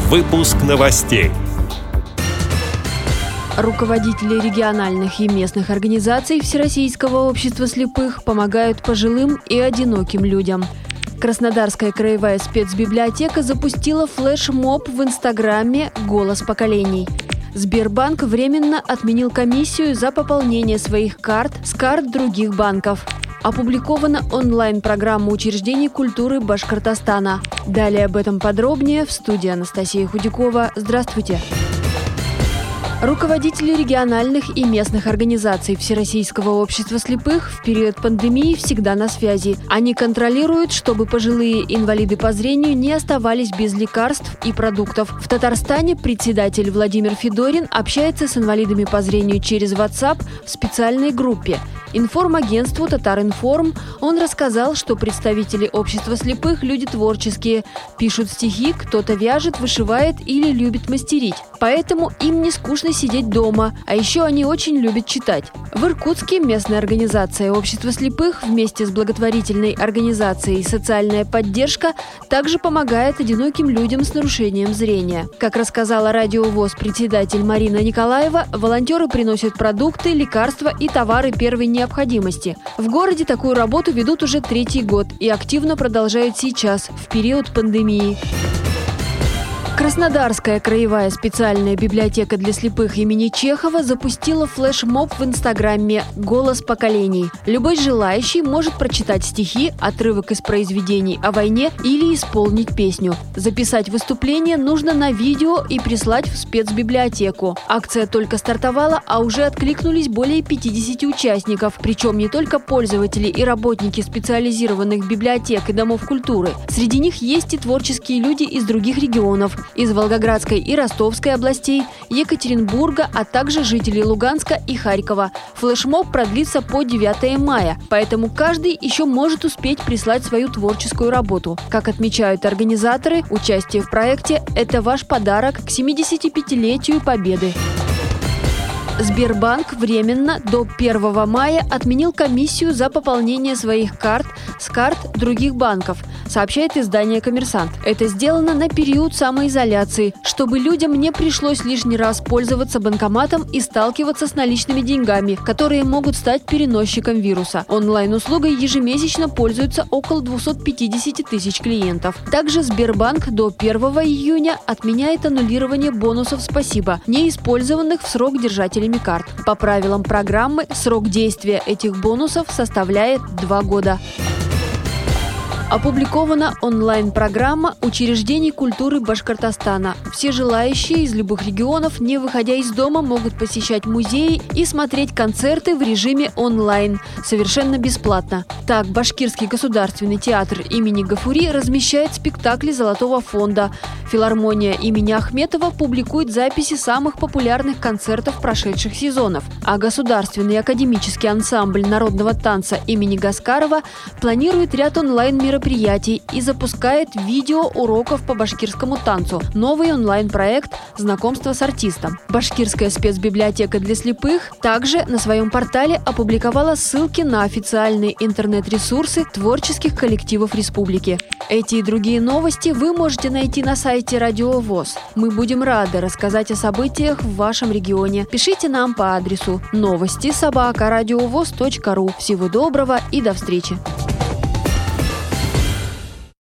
Выпуск новостей. Руководители региональных и местных организаций Всероссийского общества слепых помогают пожилым и одиноким людям. Краснодарская краевая спецбиблиотека запустила флешмоб в Инстаграме «Голос поколений». Сбербанк временно отменил комиссию за пополнение своих карт с карт других банков. Опубликована онлайн-программа учреждений культуры Башкортостана. Далее об этом подробнее в студии Анастасия Худякова. Здравствуйте! Руководители региональных и местных организаций Всероссийского общества слепых в период пандемии всегда на связи. Они контролируют, чтобы пожилые инвалиды по зрению не оставались без лекарств и продуктов. В Татарстане председатель Владимир Федорин общается с инвалидами по зрению через WhatsApp в специальной группе. Информагентству «Татаринформ» он рассказал, что представители общества слепых – люди творческие. Пишут стихи, кто-то вяжет, вышивает или любит мастерить. Поэтому им не скучно сидеть дома, а еще они очень любят читать. В Иркутске местная организация общества слепых вместе с благотворительной организацией «Социальная поддержка» также помогает одиноким людям с нарушением зрения. Как рассказала Радио ВОС председатель Марина Николаева, волонтеры приносят продукты, лекарства и товары первой необходимости. В городе такую работу ведут уже 3-й год и активно продолжают сейчас, в период пандемии. Краснодарская краевая специальная библиотека для слепых имени Чехова запустила флешмоб в Инстаграме «Голос поколений». Любой желающий может прочитать стихи, отрывок из произведений о войне или исполнить песню. Записать выступление нужно на видео и прислать в спецбиблиотеку. Акция только стартовала, а уже откликнулись более 50 участников. Причем не только пользователи и работники специализированных библиотек и домов культуры. Среди них есть и творческие люди из других регионов. Из Волгоградской и Ростовской областей, Екатеринбурга, а также жителей Луганска и Харькова. Флешмоб продлится по 9 мая, поэтому каждый еще может успеть прислать свою творческую работу. Как отмечают организаторы, участие в проекте – это ваш подарок к 75-летию Победы. Сбербанк временно до 1 мая отменил комиссию за пополнение своих карт с карт других банков, сообщает издание «Коммерсант». Это сделано на период самоизоляции, чтобы людям не пришлось лишний раз пользоваться банкоматом и сталкиваться с наличными деньгами, которые могут стать переносчиком вируса. Онлайн-услугой ежемесячно пользуются около 250 тысяч клиентов. Также Сбербанк до 1 июня отменяет аннулирование бонусов «Спасибо», не использованных в срок держателями карт. По правилам программы срок действия этих бонусов составляет 2 года. Опубликована онлайн-программа учреждений культуры Башкортостана. Все желающие из любых регионов, не выходя из дома, могут посещать музеи и смотреть концерты в режиме онлайн, совершенно бесплатно. Так, Башкирский государственный театр имени Гафури размещает спектакли Золотого фонда. Филармония имени Ахметова публикует записи самых популярных концертов прошедших сезонов. А Государственный академический ансамбль народного танца имени Гаскарова планирует ряд онлайн-мероприятий и запускает видео уроков по башкирскому танцу. Новый онлайн-проект «Знакомство с артистом». Башкирская спецбиблиотека для слепых также на своем портале опубликовала ссылки на официальные интернет-ресурсы творческих коллективов республики. Эти и другие новости вы можете найти на сайте Радио ВОС. Мы будем рады рассказать о событиях в вашем регионе. Пишите нам по адресу новости@радиовос.ру. Всего доброго и до встречи!